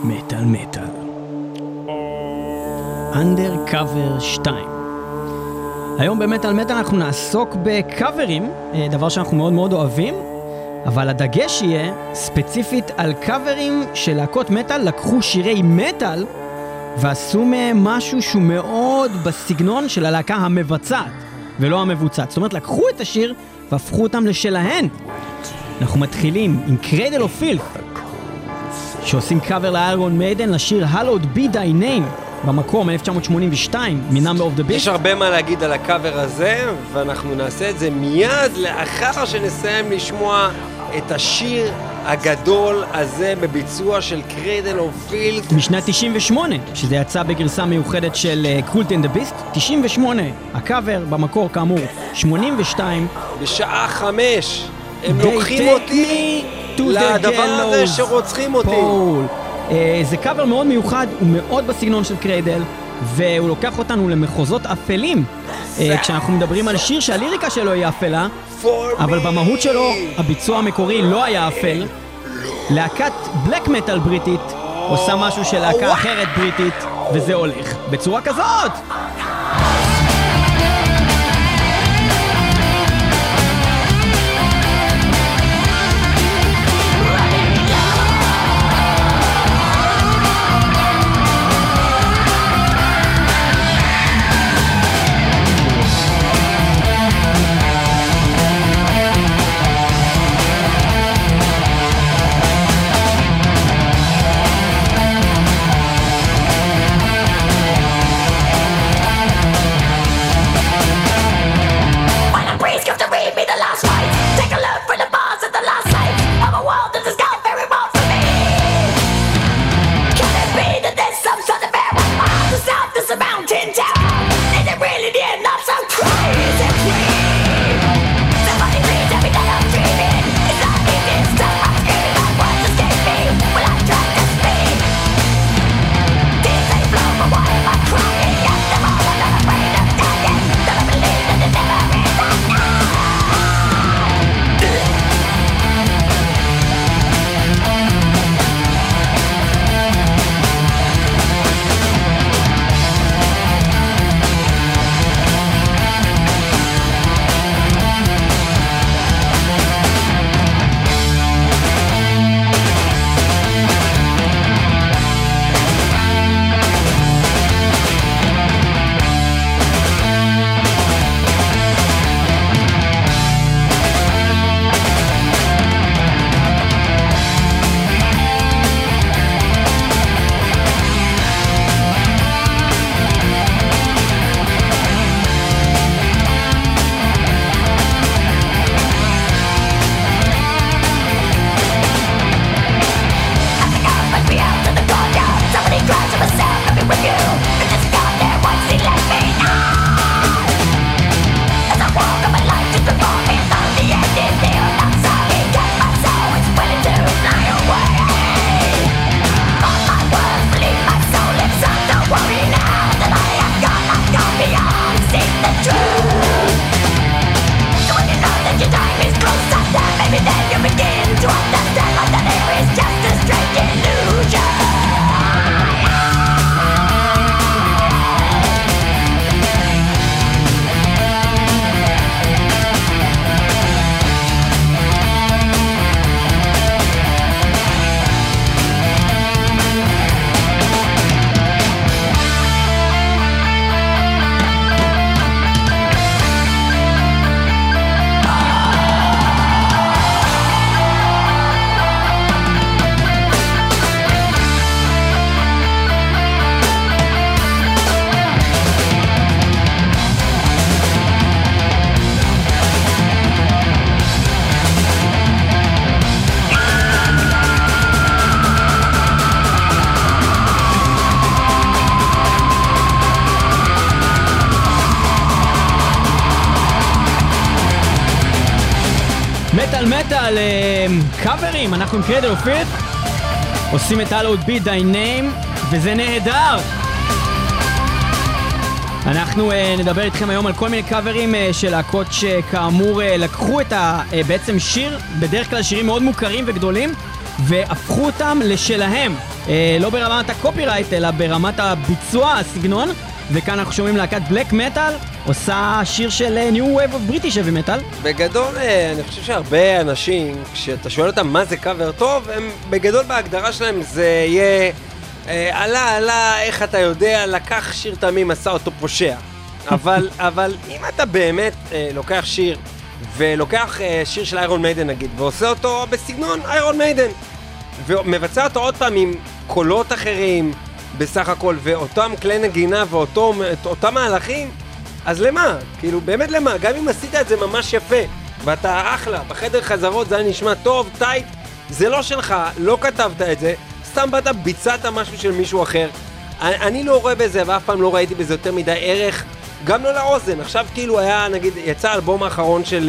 מטל מטל Undercover 2. היום במטל מטל אנחנו נעסוק בקאברים, דבר שאנחנו מאוד מאוד אוהבים, אבל הדגש יהיה ספציפית על קאברים של להקות מטל לקחו שירי מטל ועשו מהם משהו שהוא מאוד בסגנון של הלהקה המבצעת ולא המבוצעת. זאת אומרת, לקחו את השיר והפכו אותם לשלהן. אנחנו מתחילים עם Cradle of Filth, שעושים קאבר לאיירון מיידן לשיר Hallowed Be Thy Name, במקור מ-1982, מ-Number of the Beast. יש הרבה מה להגיד על הקאבר הזה, ואנחנו נעשה את זה מיד לאחר שנסיים לשמוע את השיר הגדול הזה בביצוע של Cradle of Filth. משנת 98, שזה יצא בגרסה מיוחדת של Cult and the Beast. 98, הקאבר במקור כאמור 82. בשעה 5, הם לוקחים אותי לדבר הזה שרוצחים אותי. זה קאבר מאוד מיוחד, הוא מאוד בסגנון של קריידל, והוא לוקח אותנו למחוזות אפלים, כשאנחנו מדברים על שיר שהליריקה שלו היא אפלה, אבל במהות שלו הביצוע המקורי לא היה אפל. להקת בלק מטל בריטית עושה משהו של להקה אחרת בריטית, וזה הולך בצורה כזאת. מטל מטל, קאברים, אנחנו עם Cradle of Filth, עושים את Hallowed Be Thy Name, וזה נהדר. אנחנו נדבר איתכם היום על כל מיני קאברים של להקות שכאמור לקחו את בעצם שיר, בדרך כלל שירים מאוד מוכרים וגדולים, והפכו אותם לשלהם. לא ברמת הקופירייט, אלא ברמת הביצוע, הסגנון. וכאן אנחנו שומעים להקת בלק מטל, עושה שיר של New Wave of British Heavy Metal. בגדול, אני חושב שהרבה אנשים, כשאתה שואל אותם מה זה קאבר טוב, הם בגדול בהגדרה שלהם זה יהיה עלה, איך אתה יודע, לקח שיר תמים, עשה אותו פושע. אבל אם אתה באמת לוקח שיר, ולוקח שיר של איירון מיידן נגיד, ועושה אותו בסגנון איירון מיידן, ומבצע אותו עוד פעם עם קולות אחרים, בסך הכל, ואותם כלי נגינה ואותם מהלכים, אז למה? כאילו, באמת למה? גם אם עשית את זה ממש יפה, ואתה אחלה, בחדר חזרות זה היה נשמע טוב, טייט, זה לא שלך, לא כתבת את זה, סתם באת, ביצעת משהו של מישהו אחר. אני לא רואה בזה, ואף פעם לא ראיתי בזה יותר מדי ערך, גם לא לאוזן. עכשיו כאילו היה, נגיד, יצא האלבום האחרון של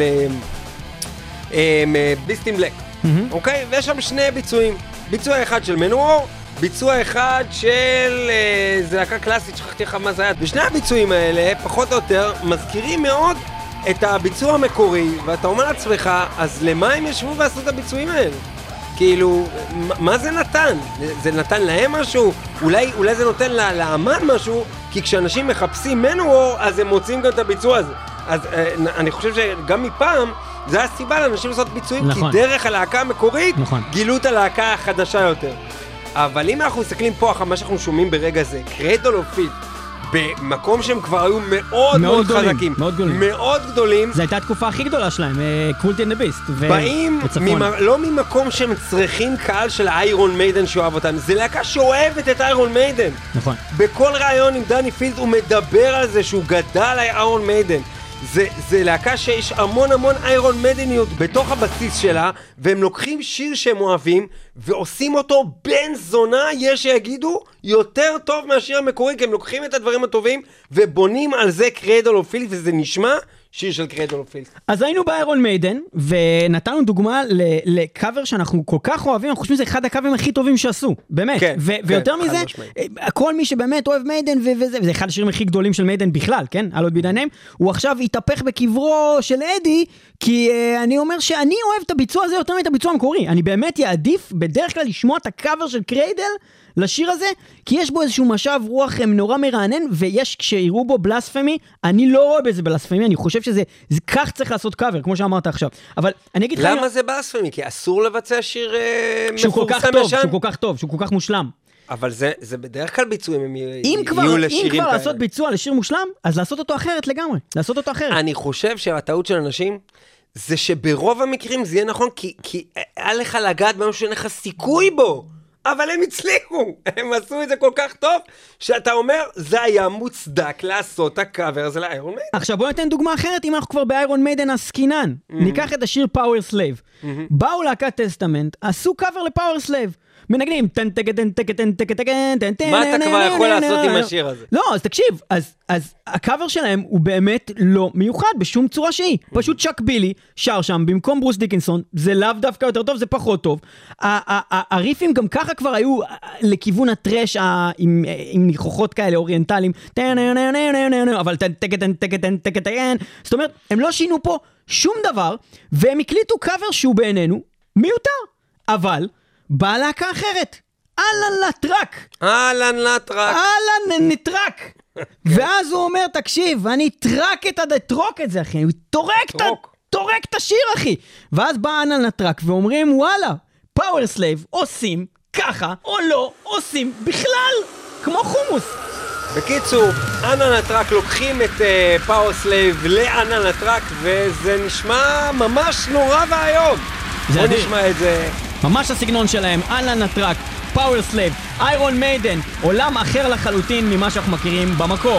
ביסט אין בלק, אוקיי? ויש שם שני ביצועים. ביצוע אחד של מנואר, ביצוע אחד של זה להקה קלאסית, שכחתי לך מה זה היה. ושני הביצועים האלה, פחות או יותר, מזכירים מאוד את הביצוע המקורי, ואתה אומר לעצמך, אז למה הם ישבו ועשו את הביצועים האלה? כאילו, מה זה נתן? זה נתן להם משהו? אולי זה נותן לאמן משהו, כי כשאנשים מחפשים מנואר, אז הם מוצאים גם את הביצוע הזה. אז אני חושב שגם מפעם, זה הסיבה לאנשים לעשות ביצועים, נכון. כי דרך הלהקה המקורית, נכון. גילו את הלהקה החדשה יותר. אבל אם אנחנו מסתכלים פה אחר מה שאנחנו שומעים ברגע זה, קרדל אוף פילד, במקום שהם כבר היו מאוד מאוד חזקים, מאוד גדולים. זו הייתה התקופה הכי גדולה שלהם, קולט אין דה ביסט. באים לא ממקום שהם צריכים קהל של איירון מיידן שאוהב אותם, זה להקה שאוהבת את איירון מיידן. נכון. בכל ראיון עם דני פילד הוא מדבר על זה שהוא גדל על איירון מיידן. זה להקה שיש המון איירון מיידניות בתוך הבסיס שלה, והם לוקחים שיר שהם אוהבים, ועושים אותו בן זונה, יש שיגידו, יותר טוב מהשיר המקורי, כי הם לוקחים את הדברים הטובים, ובונים על זה קרדל אוף פילד, וזה נשמע שיר של קרדל אוף פילד. אז היינו באיירון מיידן, ונתנו דוגמה לקאבר שאנחנו כל כך אוהבים, אנחנו חושבים שזה אחד הקאברים הכי טובים שעשו, באמת. כן, ויותר מזה, כל מי שבאמת אוהב מיידן, וזה אחד השירים הכי גדולים של מיידן בכלל, כן? הלו בידנם, הוא עכשיו התהפך בקברו של אדי, כי אני אומר שאני אוהב את הביצוע הזה יותר מאת הביצוע המקורי. אני באמת יעדיף בדרך כלל לשמוע את הקאבר של קריידל לשיר הזה, כי יש בו איזשהו משב רוח נורא מרענן, ויש כשיראו בו בלספמי, אני לא רואה בזה בלספמי, אני חושב שזה כך צריך לעשות קאבר, כמו שאמרת עכשיו. אבל אני אגיד לך... למה זה בלספמי? כי אסור לבצע שיר מפורסם ישן? שהוא כל כך טוב, שהוא כל כך מושלם. אבל זה בדרך כלל ביצועים, הם יהיו לשירים כאלה. אם כבר לעשות ביצוע לשיר מושלם, אז לעשות אותו אחרת לגמרי, לעשות אותו אחרת. אני חושב שהטעות של אנשים, זה שברוב המקרים זה יהיה נכון, כי היה לך לגעת במשהו שאין לך סיכוי בו. אבל הם הצליחו, הם עשו את זה כל כך טוב, שאתה אומר, זה היה מוצדק לעשות את הקאבר הזה לאיירון מיידן. עכשיו בוא ניתן דוגמה אחרת, אם אנחנו כבר באיירון מיידן הסקינן, ניקח את השיר פאוור סלייב, באו להקת טסטמנט, עשו קאבר לפאוור סלייב, מנגנים טן טקט טן טקט טן טקט טן. מה אתה כבר יכול לעשות עם השיר הזה? לא, אז תקשיב, אז הקאבר שלהם הוא באמת לא מיוחד בשום צורה שהיא. פשוט צ'אק בילי שר שם במקום ברוס דיקנסון, זה לאו דווקא יותר טוב, זה פחות טוב. הריפים גם ככה כבר היו לכיוון הטרש עם ניחוחות כאלה אוריינטליים, אבל טן טקט טן טקט טן טקט טן. זאת אומרת, הם לא שינו פה שום דבר, והם הקליטו קאבר שהוא בעינינו מיותר. אבל באה להקה אחרת, אלן לטרק. אלן לטרק. אלן נטרק. ואז הוא אומר, תקשיב, אני אטרוק את זה, אחי. הוא טורק את השיר, אחי. ואז בא אלן לטרק ואומרים, וואלה, פאוור סלייב עושים ככה, או לא עושים בכלל, כמו חומוס. בקיצור, אלן לטרק לוקחים את פאוור סלייב לאלן לטרק, וזה נשמע ממש נורא והיום. בוא נשמע את זה. ממש הסגנון שלהם, אלן לטרק, פאוור סלייב, איירון מיידן, עולם אחר לחלוטין ממה שאנחנו מכירים במקור.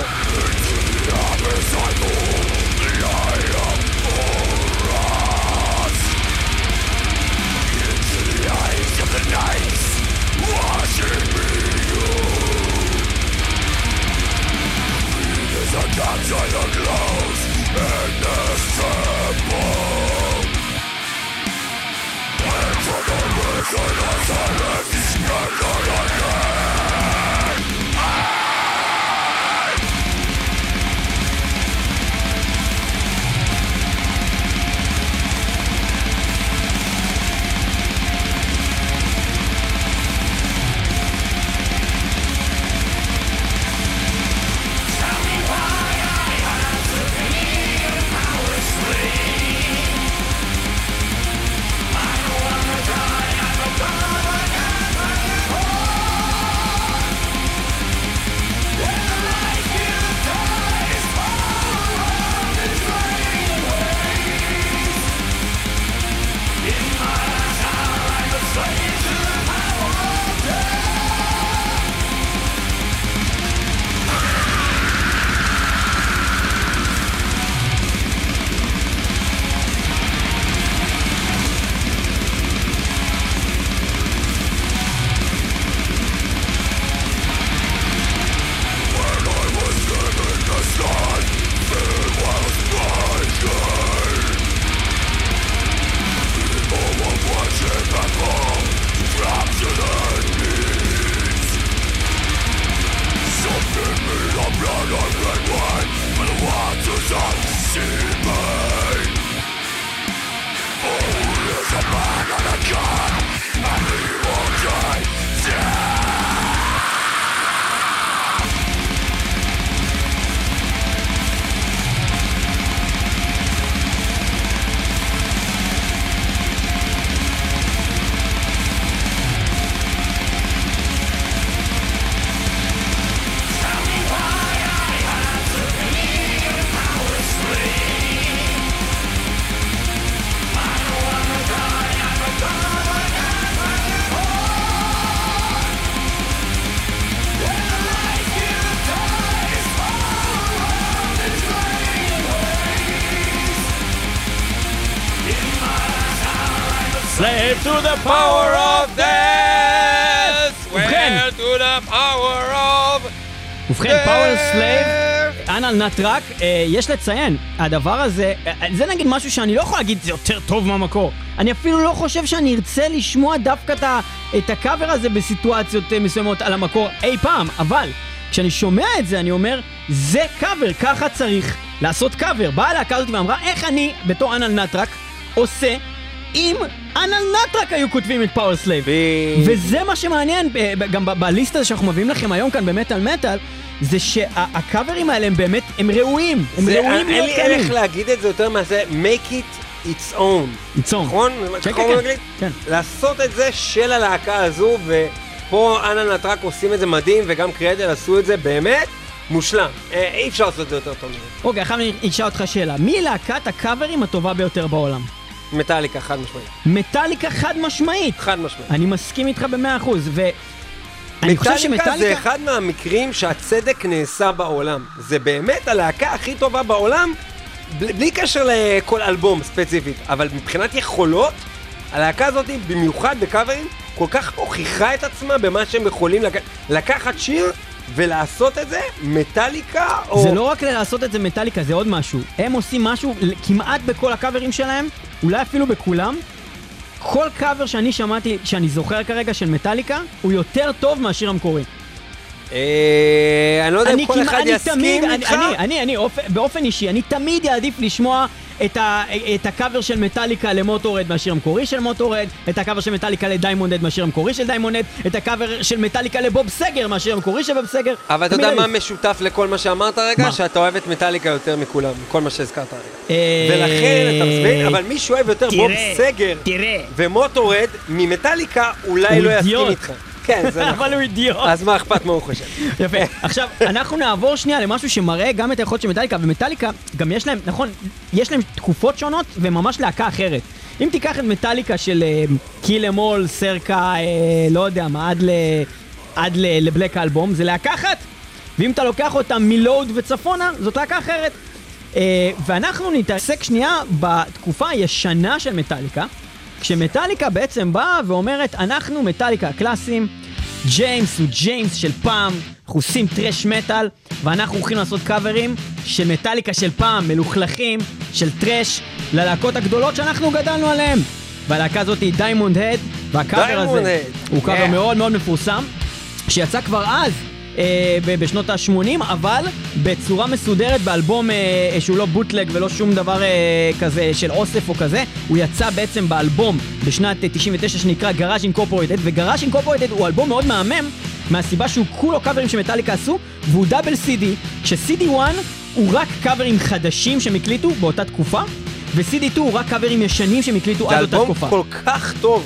Slave to the power of death. Swear to the power of ובכן, פאוור סלייב, אנל נטרק, יש לציין, הדבר הזה, זה נגיד משהו שאני לא יכול להגיד, זה יותר טוב מהמקור. אני אפילו לא חושב שאני ארצה לשמוע דווקא את הקאבר הזה בסיטואציות מסוימות על המקור אי פעם, אבל כשאני שומע את זה, אני אומר, זה קאבר, ככה צריך לעשות קאבר. באה להקה הזאת ואמרה, איך אני, בתור אנל נטרק, עושה אם אנל נטרק היו כותבים את פאוור סלייב. וזה מה שמעניין, גם בליסט הזה שאנחנו מביאים לכם היום כאן במטל מטל, זה שהקאברים האלה הם באמת, הם ראויים. הם ראויים להיות כאלה. אין לי איך להגיד את זה יותר מהזה, make it its own. its own. נכון? כן. לעשות את זה של הלהקה הזו, ופה אנל נטרק עושים את זה מדהים, וגם קריאדל עשו את זה באמת מושלם. אי אפשר לעשות את זה יותר טוב. אוקיי, עכשיו אני אשאל אותך שאלה. מי להקת הקאברים הטובה ביותר בעולם? מטאליקה, חד משמעית. מטאליקה חד משמעית? חד משמעית. אני מסכים איתך ב100%. מטאליקה זה אחד מהמקרים שהצדק נעשה בעולם. זה באמת הלהקה הכי טובה בעולם, בלי קשר לכל אלבום ספציפית. אבל מבחינת יכולות, הלהקה הזאת, במיוחד בקאברים, כל כך הוכיחה את עצמה במה שהם יכולים לקחת שיר ולעשות את זה, מטאליקה או... זה לא רק לעשות את זה מטאליקה, זה עוד משהו. הם עושים משהו כמעט בכל הקאברים שלהם, אולי אפילו בכולם. כל קאבר שאני שמעתי, שאני זוכר כרגע של מטאליקה, הוא יותר טוב מהשיר המקורי. אני לא יודע אם כל אחד יסכים איתך. באופן אישי, אני תמיד אעדיף לשמוע את הקאבר של מטאליקה למוטורד מהשיר המקורי של מוטורד, את הקאבר של מטאליקה לדיימונד מהשיר המקורי של דיימונד, את הקאבר של מטאליקה לבוב סגר מהשיר המקורי של בוב סגר. אבל אתה יודע מה משותף לכל מה שאמרת רגע? שאתה אוהב את מטאליקה יותר מכולם, כל מה שהזכרת רגע. ולכן אתה מסביר, אבל מי שאוהב יותר בוב סגר ומוטורד ממטאליקה אולי לא יסכים איתך. כן, זה נכון. אבל הוא אידיוט. אז מה אכפת מה הוא חושב? יפה. עכשיו, אנחנו נעבור שנייה למשהו שמראה גם את היכולת של מטאליקה, ומטאליקה גם יש להם, נכון, יש להם תקופות שונות וממש להקה אחרת. אם תיקח את מטאליקה של קיל אם אול, סרקה, לא יודע מה, עד לבלק האלבום, זה להקה אחת. ואם אתה לוקח אותה מלואוד וצפונה, זאת להקה אחרת. ואנחנו נתעסק שנייה בתקופה הישנה של מטאליקה, כשמטאליקה בעצם באה ואומרת, אנחנו מטאליקה הקלאסיים, ג'יימס הוא ג'יימס של פעם, אנחנו עושים טרש מטל, ואנחנו הולכים לעשות קאברים של מטאליקה של פעם, מלוכלכים, של טרש, ללהקות הגדולות שאנחנו גדלנו עליהם. והלהקה הזאת היא דיימונד הד, והקאבר הזה הוא קאבר מאוד מאוד מפורסם, שיצא כבר אז, בשנות ה-80, אבל בצורה מסודרת באלבום שהוא לא בוטלג ולא שום דבר כזה של אוסף או כזה. הוא יצא בעצם באלבום בשנת 99 שנקרא גראז' אינקורפורטד, וגראז' אינקורפורטד הוא אלבום מאוד מהמם מהסיבה שהוא כולו קאברים שמטאליקה עשו, והוא דאבל CD, ש-CD1 הוא רק קאברים חדשים שהם הקליטו באותה תקופה, ו-CD2 הוא רק קאברים ישנים שהם הקליטו עד אותה תקופה. זה אלבום כל כך טוב,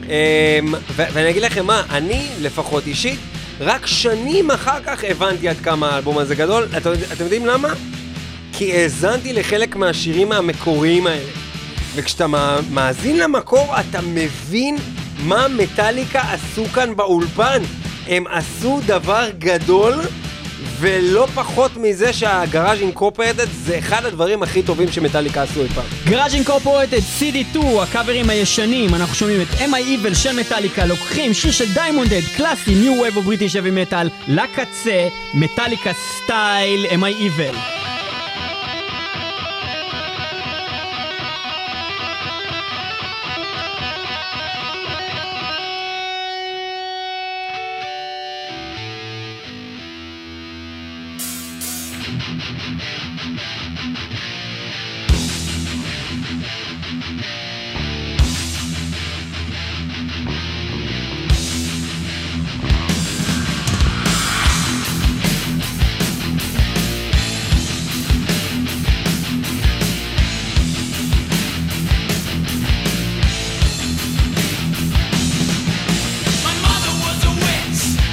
ואני אגיד לכם מה, אני לפחות אישית רק שנים אחר כך הבנתי עד כמה האלבום הזה גדול. אתם יודעים למה? כי האזנתי לחלק מהשירים המקוריים האלה. וכשאתה מאזין למקור, אתה מבין מה מטאליקה עשו כאן באולפן. הם עשו דבר גדול, ולא פחות מזה שהגראז' אינקורפורטד זה אחד הדברים הכי טובים שמטאליקה עשו אי פעם. גראז' אינקורפורטד, CD2, הקאברים הישנים, אנחנו שומעים את Am I Evil של מטאליקה, לוקחים שיר של דיימונד הד, קלאסי, ניו וייב או בריטיש heavy metal, לקצה, מטאליקה סטייל, Am I Evil.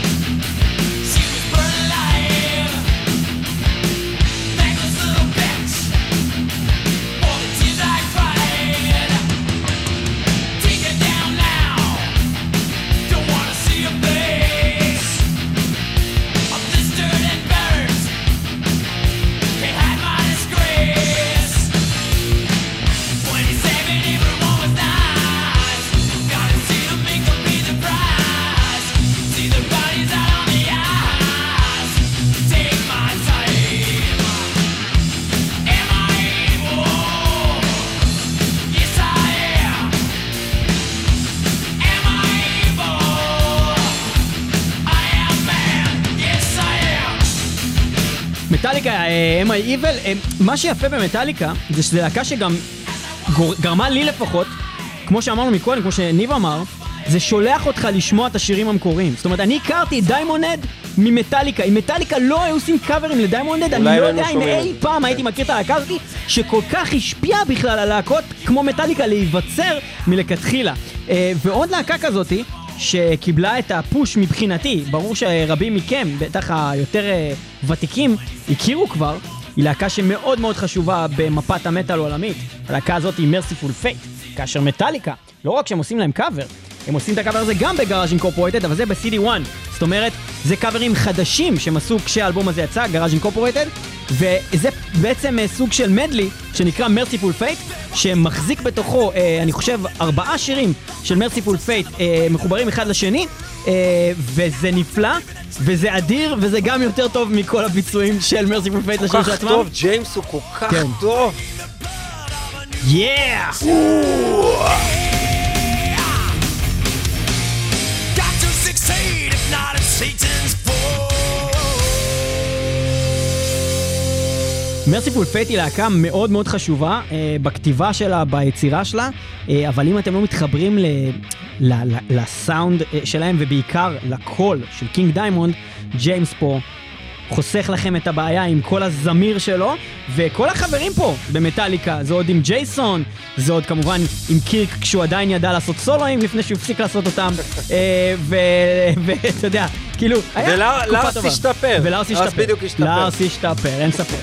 Thankless little bitch. מטאליקה, הם האיבל, מה שיפה במטאליקה זה שזה להקה שגם גרמה לי לפחות, כמו שאמרנו מקודם, כמו שניב אמר, זה שולח אותך לשמוע את השירים המקוריים. זאת אומרת, אני הכרתי את דיימונד ממטאליקה. אם מטאליקה לא היו עושים קאברים לדיימונד, אני לא יודע אם אי פעם הייתי מכיר את הלהקה הזאת, שכל כך השפיעה בכלל על להקות כמו מטאליקה להיווצר מלכתחילה. ועוד להקה כזאת, שקיבלה את הפוש מבחינתי, ברור שרבים מכם, בטח היותר ותיקים, הכירו כבר, היא להקה שמאוד מאוד חשובה במפת המטל העולמית. הלהקה הזאת היא Mercyful Fate, כאשר מטאליקה, לא רק שהם עושים להם קאבר, הם עושים את הקאבר הזה גם בגראז' אינקורפורטד, אבל זה ב-CD1. זאת אומרת, זה קאברים חדשים שהם עשו כשהאלבום הזה יצא, גראז' אינקורפורטד, וזה בעצם סוג של מדלי שנקרא Mercyful Fate, שמחזיק בתוכו, אני חושב, 4 שירים של Mercyful Fate מחוברים אחד לשני, וזה נפלא, וזה אדיר, וזה גם יותר טוב מכל הביצועים של Mercyful Fate לשיר של עצמם. כל כך טוב, ג'יימס הוא כל כך טוב. Yeah! Mercyful Fate היא להקה מאוד מאוד חשובה בכתיבה שלה, ביצירה שלה, אבל אם אתם לא מתחברים לסאונד שלהם ובעיקר לקול של קינג דיימונד, ג'יימס פה חוסך לכם את הבעיה עם כל הזמיר שלו, וכל החברים פה במטאליקה, זה עוד עם ג'ייסון, זה עוד כמובן עם קירק כשהוא עדיין ידע לעשות סולואים לפני שהוא הפסיק לעשות אותם, ואתה יודע, כאילו, היה תקופה טובה. השתפר. ולארס השתפר. בדיוק השתפר. לארס השתפר, אין ספק.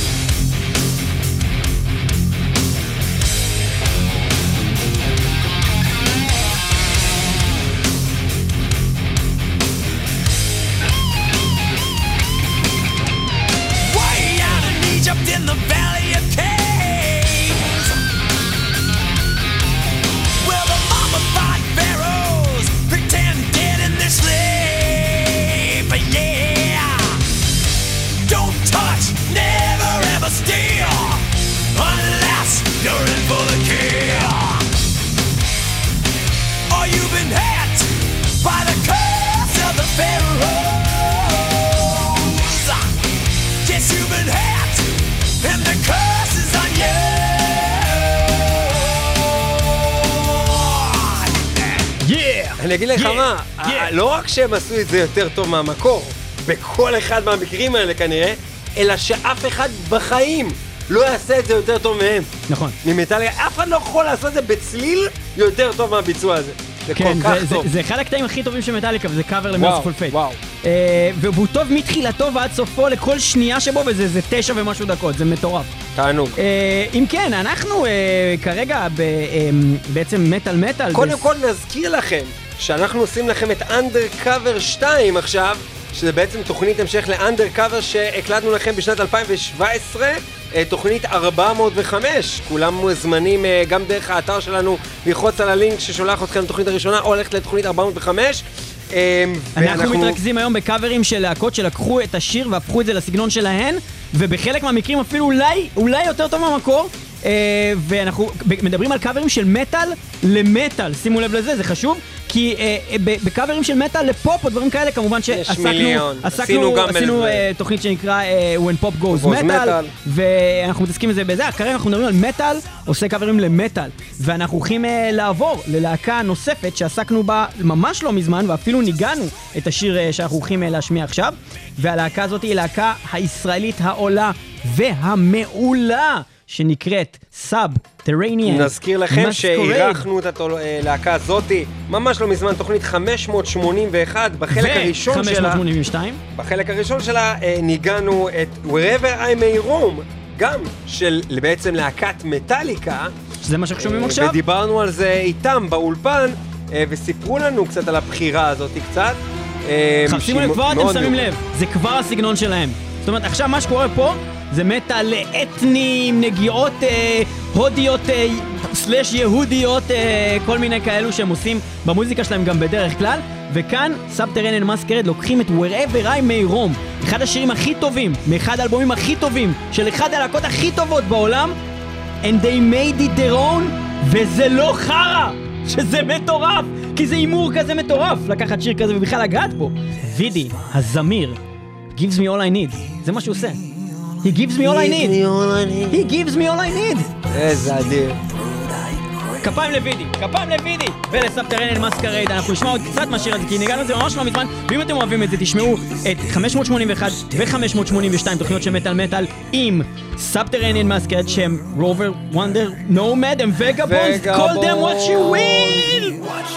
אני אגיד לך מה, לא רק שהם עשו את זה יותר טוב מהמקור, בכל אחד מהמקרים האלה כנראה, אלא שאף אחד בחיים לא יעשה את זה יותר טוב מהם. נכון. ממטאליקה, אף אחד לא יכול לעשות את זה בצליל יותר טוב מהביצוע הזה. זה כל כך טוב. זה אחד הקטעים הכי טובים של מטאליקה, וזה קאבר למרסיפול פייט. וואו. והוא טוב מתחילתו ועד סופו לכל שנייה שבו, וזה 9 ומשהו דקות, זה מטורף. תענוג. אם כן, אנחנו כרגע בעצם מטל. קודם כל נזכיר לכם שאנחנו עושים לכם את Undercover 2 עכשיו, שזה בעצם תוכנית המשך ל-Undercover שהקלטנו לכם בשנת 2017, תוכנית 405. כולם מוזמנים גם דרך האתר שלנו ללחוץ על הלינק ששולח אתכם לתוכנית הראשונה, או ללכת לתוכנית 405. אנחנו מתרכזים היום בקאברים של להקות שלקחו את השיר והפכו את זה לסגנון שלהן, ובחלק מהמקרים אפילו אולי יותר טוב מהמקור. ואנחנו מדברים על קאברים של מטל למטל, שימו לב לזה, זה חשוב, כי בקאברים של מטל לפופ או דברים כאלה, כמובן שעשינו תוכנית שנקרא When Pop Goes Metal, ואנחנו מתעסקים בזה בזה. כרגע אנחנו מדברים על מטל, עושה קאברים למטל, ואנחנו הולכים לעבור ללהקה נוספת שעסקנו בה ממש לא מזמן, ואפילו ניגענו את השיר שאנחנו הולכים להשמיע עכשיו, והלהקה הזאת היא להקה הישראלית העולה והמעולה, שנקראת Subterranean. נזכיר לכם שאירחנו את הלהקה הזאת ממש לא מזמן, תוכנית 581 בחלק הראשון שלה. 582. בחלק הראשון שלה ניגענו את Wherever I May Roam, גם של בעצם להקת מטאליקה. שזה מה שאנחנו שומעים עכשיו. ודיברנו על זה איתם באולפן, וסיפרו לנו קצת על הבחירה הזאת קצת. שימו לב, כבר אתם שמים לב, זה כבר הסגנון שלהם. זאת אומרת, עכשיו מה שקורה פה זה מטל אתני, נגיעות הודיות סלש יהודיות, כל מיני כאלו שהם עושים במוזיקה שלהם גם בדרך כלל. וכאן Subterranean Masquerade לוקחים את Wherever I May Roam, אחד השירים הכי טובים, מאחד האלבומים הכי טובים של אחד הלהקות הכי טובות בעולם, and they made it their own, וזה לא חרה, שזה מטורף, כי זה אימור כזה מטורף לקחת שיר כזה ובכלל לגעת בו. וידי, הזמיר, gives me all I need, זה מה שהוא עושה. He gives me all I need. He gives me all I need. איזה אדיר. כפיים לוידי, כפיים לוידי ולסאבטרניאן מסקרייד. אנחנו נשמע עוד קצת מהשיר הזה כי ניגענו את זה ממש לא מזמן, ואם אתם אוהבים את זה תשמעו את 581 ו-582 תוכניות של מטל עם סאבטרניאן מסקרייד שהם רובר, וונדר, נומד וגבונס. Call them what you will.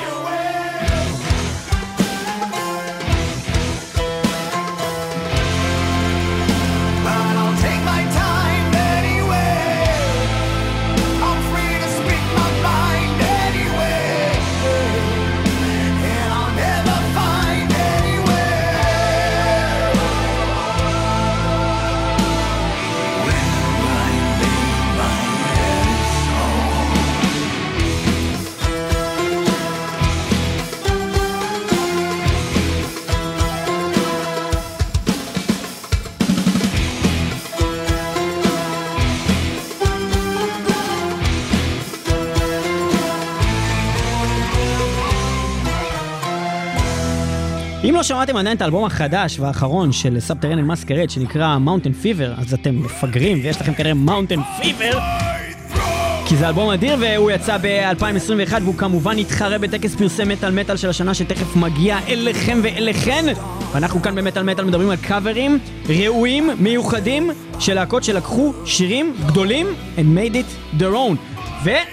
אם לא שמעתם עדיין את האלבום החדש והאחרון של סאבטרניאן מסקרייד שנקרא Mountain Fever, אז אתם מפגרים ויש לכם כנראה Mountain Fever כי זה אלבום אדיר והוא יצא ב-2021 והוא כמובן התחרה בטקס פרסי מטל של השנה שתכף מגיע אליכם ואליכן, ואנחנו כאן במטל מדברים על קאברים ראויים מיוחדים של להקות שלקחו שירים גדולים and made it their own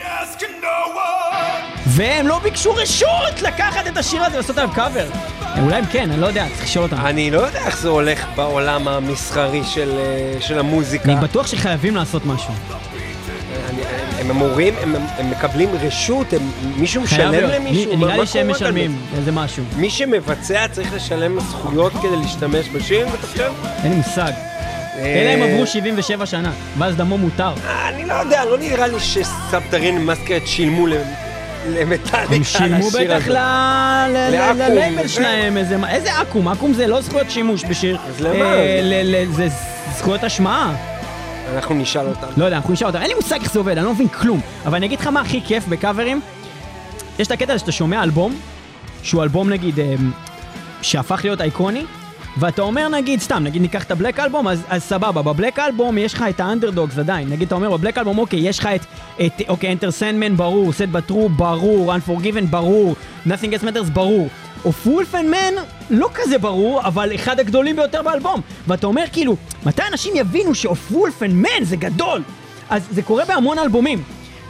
והם לא ביקשו רשות לקחת את השיר הזה ולעשות עליו קאבר. אולי הם כן, אני לא יודע, צריך לשאול אותם. אני לא יודע איך זה הולך בעולם המסחרי של המוזיקה. אני בטוח שחייבים לעשות משהו. הם אמורים, הם מקבלים רשות, מישהו משלם למישהו? נראה לי שהם משלמים איזה משהו. מי שמבצע צריך לשלם זכויות כדי להשתמש בשיר, אתה חושב? אין לי מושג. אלא הם עברו 77 שנה, ואז דמו מותר. אני לא יודע, לא נראה לי שסאבטרניאן מסקרייד שילמו למטאליקה. הם שילמו בטח ללייבל שלהם. איזה אקום? אקום זה לא זכויות שימוש בשיר. אז למה? זה זכויות השמעה. אנחנו נשאל אותם. לא יודע, אנחנו נשאל אותם. אין לי מושג איך זה עובד, אני לא מבין כלום. אבל אני אגיד לך מה הכי כיף בקאברים. יש את הקטע הזה שאתה שומע אלבום, שהוא אלבום נגיד שהפך להיות אייקוני, ואתה אומר נגיד, סתם, נגיד ניקח את הבלק אלבום, אז סבבה, בבלק אלבום יש לך את האנדרדוגס עדיין, נגיד אתה אומר בבלק אלבום, אוקיי, יש לך אוקיי, Enter Sandman ברור, Set But True ברור, Unforgiven ברור, Nothing Else Matters ברור, או Wolfen Man לא כזה ברור, אבל אחד הגדולים ביותר באלבום, ואתה אומר כאילו, מתי אנשים יבינו ש-Of Wolfen Man זה גדול? אז זה קורה בהמון אלבומים.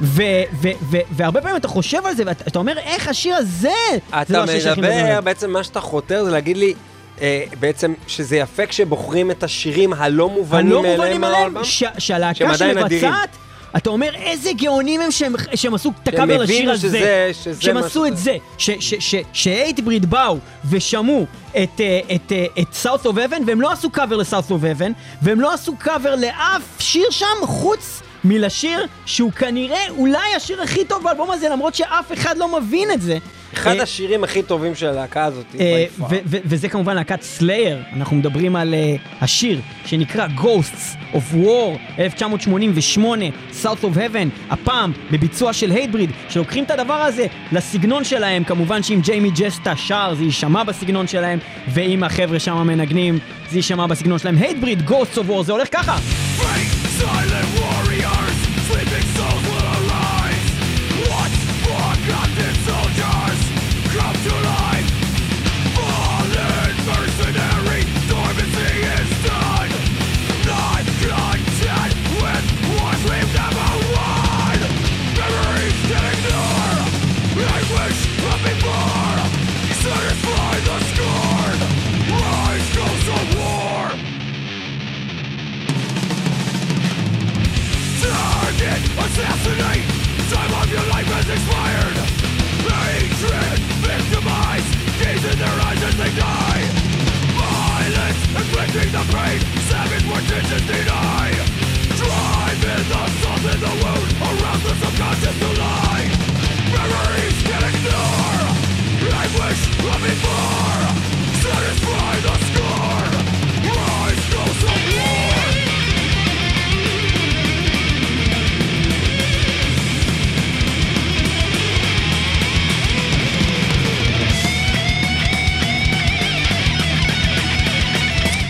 והרבה פעמים אתה חושב על זה, ואתה אומר איך השיר הזה, אתה מדבר, בעצם מה שאתה חותר זה להגיד לי, בעצם שזה יפה כשבוחרים את השירים הלא מובנים מאליהם מהאלבום, שהלהקה שמבצעת, אתה אומר איזה גאונים הם שהם עשו את הקאבר לשיר הזה, שהם עשו את זה, שהייטבריד באו ושמעו את South of Heaven, והם לא עשו קאבר ל-South of Heaven, והם לא עשו קאבר לאף שיר שם חוץ מלשיר שהוא כנראה אולי השיר הכי טוב באלבום הזה, למרות שאף אחד לא מבין את זה. אחד השירים הכי טובים של הלהקה הזאת. וזה כמובן להקת סלייר. אנחנו מדברים על השיר שנקרא Ghosts of War 1988, South of Heaven, הפעם בביצוע של הייטבריד, שלוקחים את הדבר הזה לסגנון שלהם. כמובן שאם ג'יימי ג'סטה שר זה יישמע בסגנון שלהם, ואם החבר'ה שם מנגנים זה יישמע בסגנון שלהם. הייטבריד, Ghosts of War, זה הולך ככה. Silent warriors, sleeping souls will arise. What forgotten soldiers come to life? Fallen mercenary, dormancy is done. Not content with wars we've never won. Memories can ignore, anguish of before. Satisfy the scorn, rise ghosts of war. Target, assassinate, time of your life has expired. Hatred, victimized, gaze in their eyes as they die. Violence, inflicting the pain, savage fortunes deny. Drive in the salt in the wound, arouse the subconscious to lie. Memories can ignore, anguish of before. Satisfy the scorn, rise ghosts of war.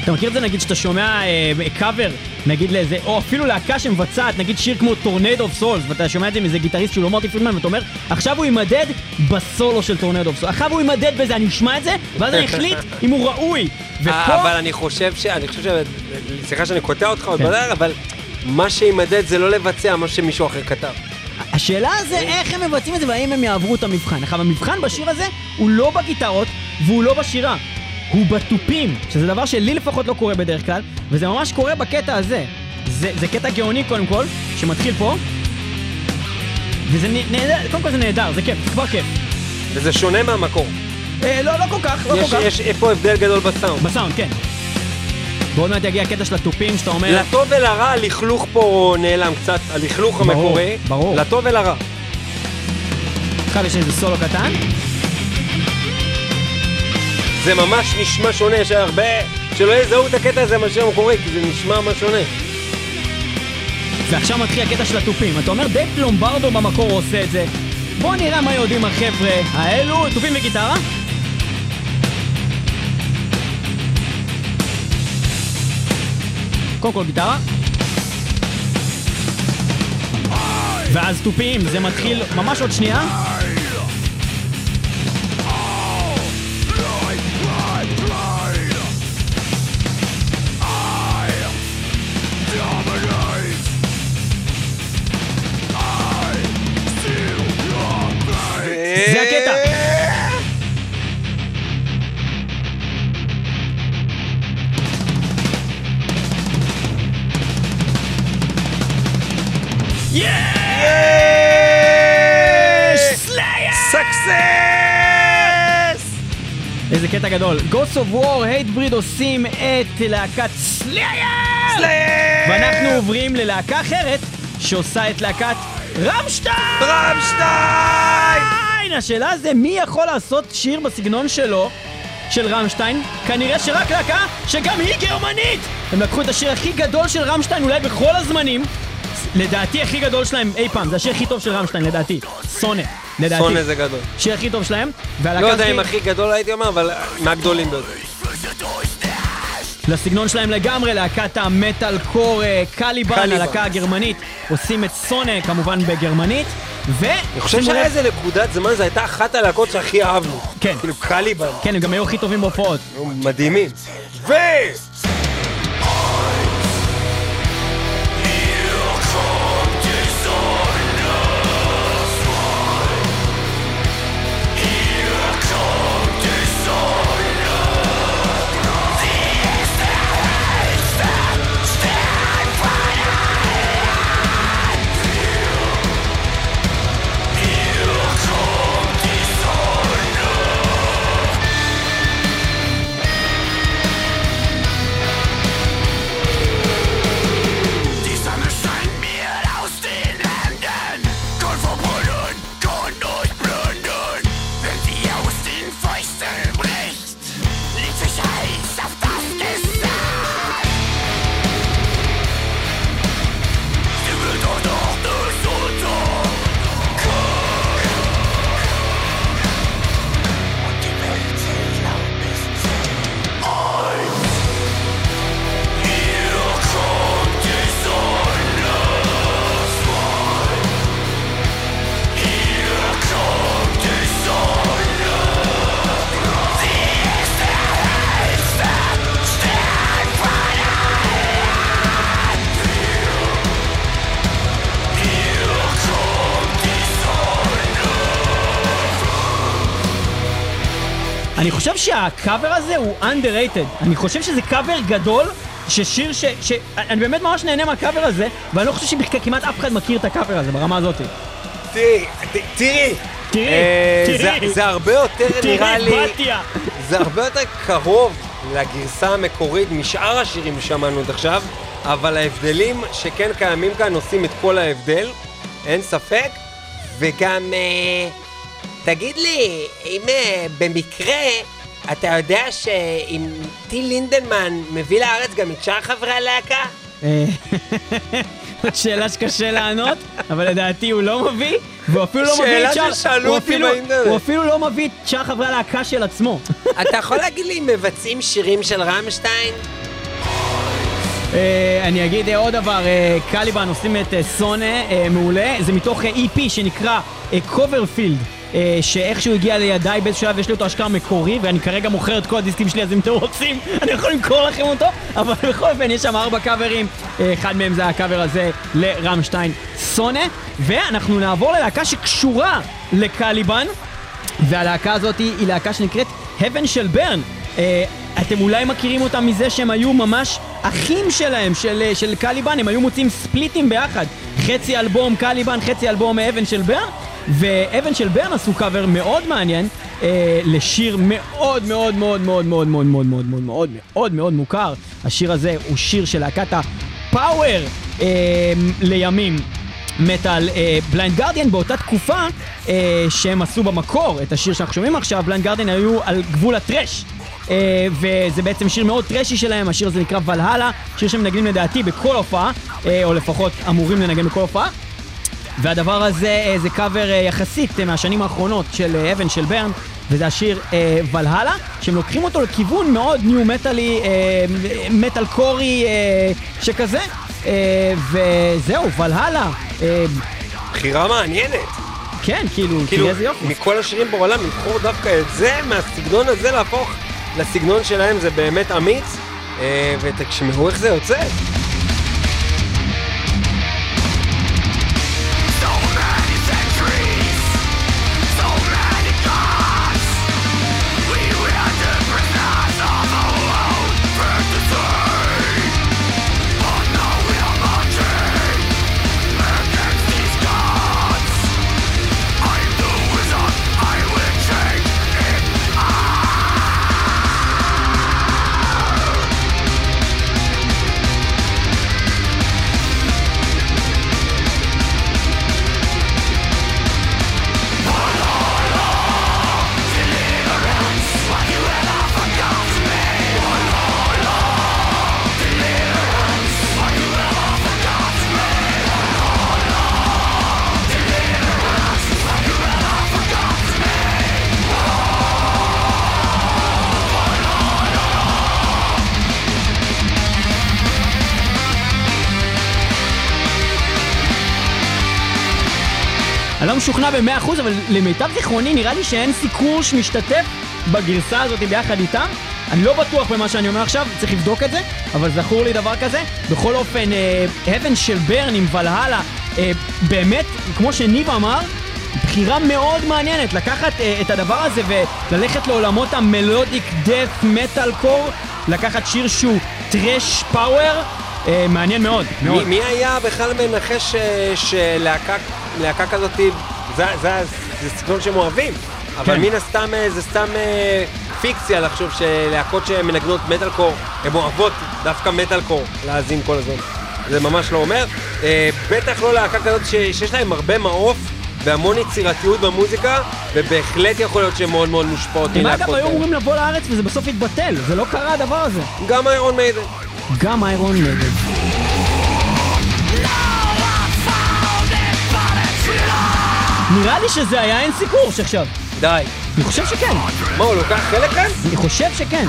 אתה מכיר את זה נגיד שאתה שומע קאבר, נגיד לאיזה, או אפילו להקה שמבצעת, נגיד שיר כמו טורנדו אוף סולס, ואתה שומע את זה מאיזה גיטריסט שהוא לא מרטי פרידמן, ואתה אומר, עכשיו הוא יימדד בסולו של טורנדו אוף סולס, עכשיו הוא יימדד בזה, אני אשמע את זה, ואז אני אחליט אם הוא ראוי. אבל אני חושב סליחה שאני קוטע אותך עוד בדרך, אבל מה שימדד זה לא לבצע מה שמישהו אחר כתב. השאלה זה איך הם מבצעים את זה והאם הם יעברו את המבחן. עכשיו, המבחן בשיר הזה הוא לא בגיטרות והוא לא בשירה, הוא בטופים, שזה דבר שלי לפחות לא קורה בדרך כלל, וזה ממש קורה בקטע הזה. זה קטע גאוני קודם כל, שמתחיל פה, וזה נהדר, קודם כל זה נהדר, זה כיף, זה כבר כיף. וזה שונה מהמקור. לא כל כך, לא כל כך. יש פה הבדל גדול בסאונד. בסאונד, כן. ועוד מעט יגיע הקטע של הטופים שאתה אומר... לטוב ולרע, הלכלוך פה נעלם קצת, הלכלוך המקורי. ברור. לטוב ולרע. עכשיו יש איזה סולו קטן. זה ממש נשמע שונה, יש הרבה... שלא יזהו את הקטע הזה מהשיר המקורי, כי זה נשמע מה שונה. ועכשיו מתחיל הקטע של הטופים. אתה אומר, דייב לומברדו במקור עושה את זה. בוא נראה מה יודעים החבר'ה האלו, טופים וגיטרה. קודם כל גיטרה. ואז טופים, זה מתחיל ממש עוד שנייה. זה הקטע. איזה קטע גדול. Ghosts of War, Hatebreed עושים את להקת סלייר! ואנחנו עוברים ללהקה אחרת שעושה את להקת רמשטיין! השאלה זה מי יכול לעשות שיר בסגנון שלו, של רמשטיין? כנראה שרק להקה שגם היא גרמנית! הם לקחו את השיר הכי גדול של רמשטיין אולי בכל הזמנים, לדעתי הכי גדול שלהם אי פעם, זה השיר הכי טוב של רמשטיין לדעתי, סונה. לדעתי. סונה זה גדול. שיר הכי טוב שלהם. לא יודע אם הכי גדול הייתי אומר, אבל מהגדולים ביותר. לסגנון שלהם לגמרי, להקת המטל קור קליבן, הלהקה הגרמנית, עושים את סונה כמובן בגרמנית, אני חושב שהיה איזה נקודת זמן, זו הייתה אחת הלהקות שהכי אהבנו. כן. כאילו קליבן. כן, הם גם היו הכי טובים בהופעות. מדהימים. אני חושב שהקאבר הזה הוא underrated. אני חושב שזה קאבר גדול, ששיר אני באמת ממש נהנה מהקאבר הזה, ואני לא חושב שכמעט אף אחד מכיר את הקאבר הזה ברמה הזאת. תראי, זה הרבה יותר נראה לי, זה הרבה יותר קרוב לגרסה המקורית משאר השירים ששמענו עד עכשיו, אבל ההבדלים שכן קיימים כאן עושים את כל ההבדל, אין ספק, וגם תגיד לי, אם במקרה אתה יודע שאם טיל לינדנמן מביא לארץ גם את שאר חברי הלהקה? זאת שאלה שקשה לענות, אבל לדעתי הוא לא מביא, והוא אפילו לא מביא את הוא אפילו לא מביא את שאר חברי הלהקה של עצמו. אתה יכול להגיד לי אם מבצעים שירים של רמשטיין? אני אגיד עוד דבר, קליבן עושים את סונה מעולה, זה מתוך EP שנקרא קוברפילד, שאיכשהו הגיע לידיי באיזשהו שלב, יש לי אותו אשכרה מקורי, ואני כרגע מוכר את כל הדיסקים שלי, אז אם אתם רוצים, אני יכול למכור לכם אותו, אבל בכל אופן יש שם 4 קאברים, אחד מהם זה הקאבר הזה לרמשטיין סונה, ואנחנו נעבור ללהקה שקשורה לקליבן, והלהקה הזאת היא להקה שנקראת Heaven של ברן. אתם אולי מכירים אותם מזה שהם היו ממש אחים שלהם, של קליבן, הם היו מוצאים ספליטים ביחד, חצי אלבום קליבן, חצי אלבום אבן של ברן, ואבן של ברן עשו קאבר מאוד מעניין לשיר מאוד מאוד מאוד מאוד מאוד מאוד מאוד מאוד מאוד מאוד מאוד מוכר. השיר הזה הוא שיר של להקת הפאוור לימים מטל בליינד גארדיאן. באותה תקופה שהם עשו במקור את השיר שאנחנו שומעים עכשיו, בליינד גארדיאן היו על גבול הטרש, וזה בעצם שיר מאוד טרשי שלהם. השיר הזה נקרא ולהלה, שיר שמנגנים לדעתי בכל הופעה, או לפחות אמורים לנגן בכל הופעה, והדבר הזה זה קאבר יחסית מהשנים האחרונות של אבן של ברן, וזה השיר ולהלה, שהם לוקחים אותו לכיוון מאוד ניו מטלי, מטל קורי שכזה, וזהו, ולהלה. בחירה מעניינת. כן, כאילו, תראה איזה יופי. מכל השירים בעולם, לבחור דווקא את זה, מהסגנון הזה להפוך לסגנון שלהם, זה באמת אמיץ, ותשמעו איך זה יוצא. אני לא משוכנע ב100%, אבל למיטב זיכרוני נראה לי שאין סיקור שמשתתף בגרסה הזאת ביחד איתם. אני לא בטוח במה שאני אומר עכשיו, צריך לבדוק את זה, אבל זכור לי דבר כזה. בכל אופן, Heaven של ברן עם ולהלה, באמת, כמו שניב אמר, בחירה מאוד מעניינת, לקחת את הדבר הזה וללכת לעולמות המלודיק דף מטל קור, לקחת שיר שהוא טרש פאוור, מעניין מאוד, מאוד. מי היה בכלל מנחש שלהקה כזאת, זה סגנון שהם אוהבים, אבל מן הסתם זה סתם פיקציה לחשוב שלהקות שמנגנות מטל קור, הן אוהבות דווקא מטל קור להאזין כל הזמן. זה ממש לא אומר. בטח לא להקה כזאת שיש להם הרבה מעוף והמון יצירתיות במוזיקה, ובהחלט יכול להיות שהן מאוד מאוד מושפעות מלהקות. הם אגב היו אמורים לבוא לארץ וזה בסוף התבטל, זה לא קרה הדבר הזה. גם איירון מיידן. גם איירון מיידן. נראה לי שזה היה אין סיקור שעכשיו. די. אני חושב שכן. מה, הוא לוקח חלק כאן? אני חושב שכן.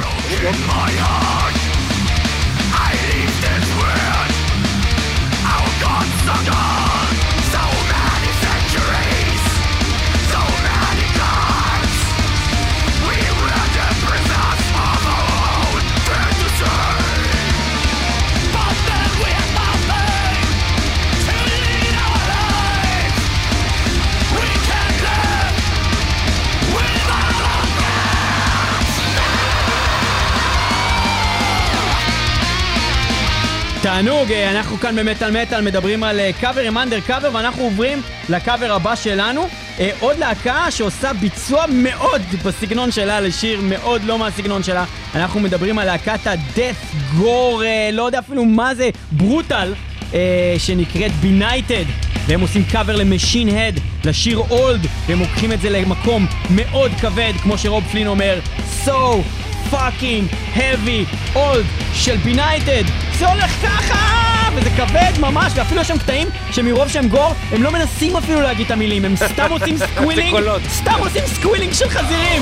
תענוג, אנחנו כאן במטל מטל מדברים על קאברים אנדר קאבר, ואנחנו עוברים לקאבר הבא שלנו, עוד להקה שעושה ביצוע מאוד בסגנון שלה לשיר מאוד לא מהסגנון שלה. אנחנו מדברים על להקת ה-Death Gore, לא יודע אפילו מה זה, ברוטל, שנקראת Benighted, והם עושים קאבר למשין הד, לשיר אולד, והם לוקחים את זה למקום מאוד כבד, כמו שרוב פלין אומר, so fucking heavy old של Benighted. זה הולך ככה, וזה כבד ממש, ואפילו יש שם קטעים שמרוב שהם גור, הם לא מנסים אפילו להגיד את המילים, הם סתם עושים סקווילינג, סתם עושים סקווילינג של חזירים.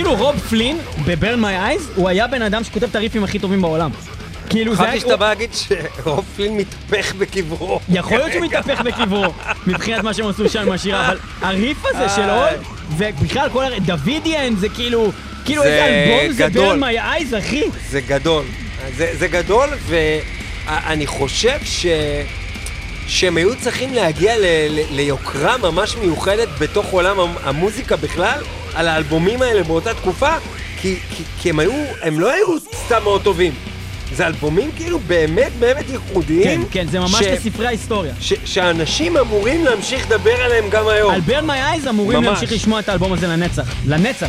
כאילו רוב פלין בברן מיי אייז הוא היה בן אדם שכותב את הריפים הכי טובים בעולם. כאילו זה... חשבתי שאתה בא להגיד שרוב פלין מתהפך בקברו. יכול להיות שהוא מתהפך בקברו מבחינת מה שהם עשו שם עם השירה, אבל הריף הזה של אולד, ובכלל כל דוידיאן זה כאילו איזה אלבום זה ברן מיי אייז, אחי. זה גדול. זה גדול, ואני חושב שהם היו צריכים להגיע ליוקרה ממש מיוחדת בתוך עולם המוזיקה בכלל, על האלבומים האלה באותה תקופה, כי הם לא היו סתם מאוד טובים. זה אלבומים כאילו באמת ייחודיים. כן, זה ממש לספרי ההיסטוריה. שאנשים אמורים להמשיך לדבר עליהם גם היום. על ברן מיי אייז אמורים להמשיך לשמוע את האלבום הזה לנצח. לנצח.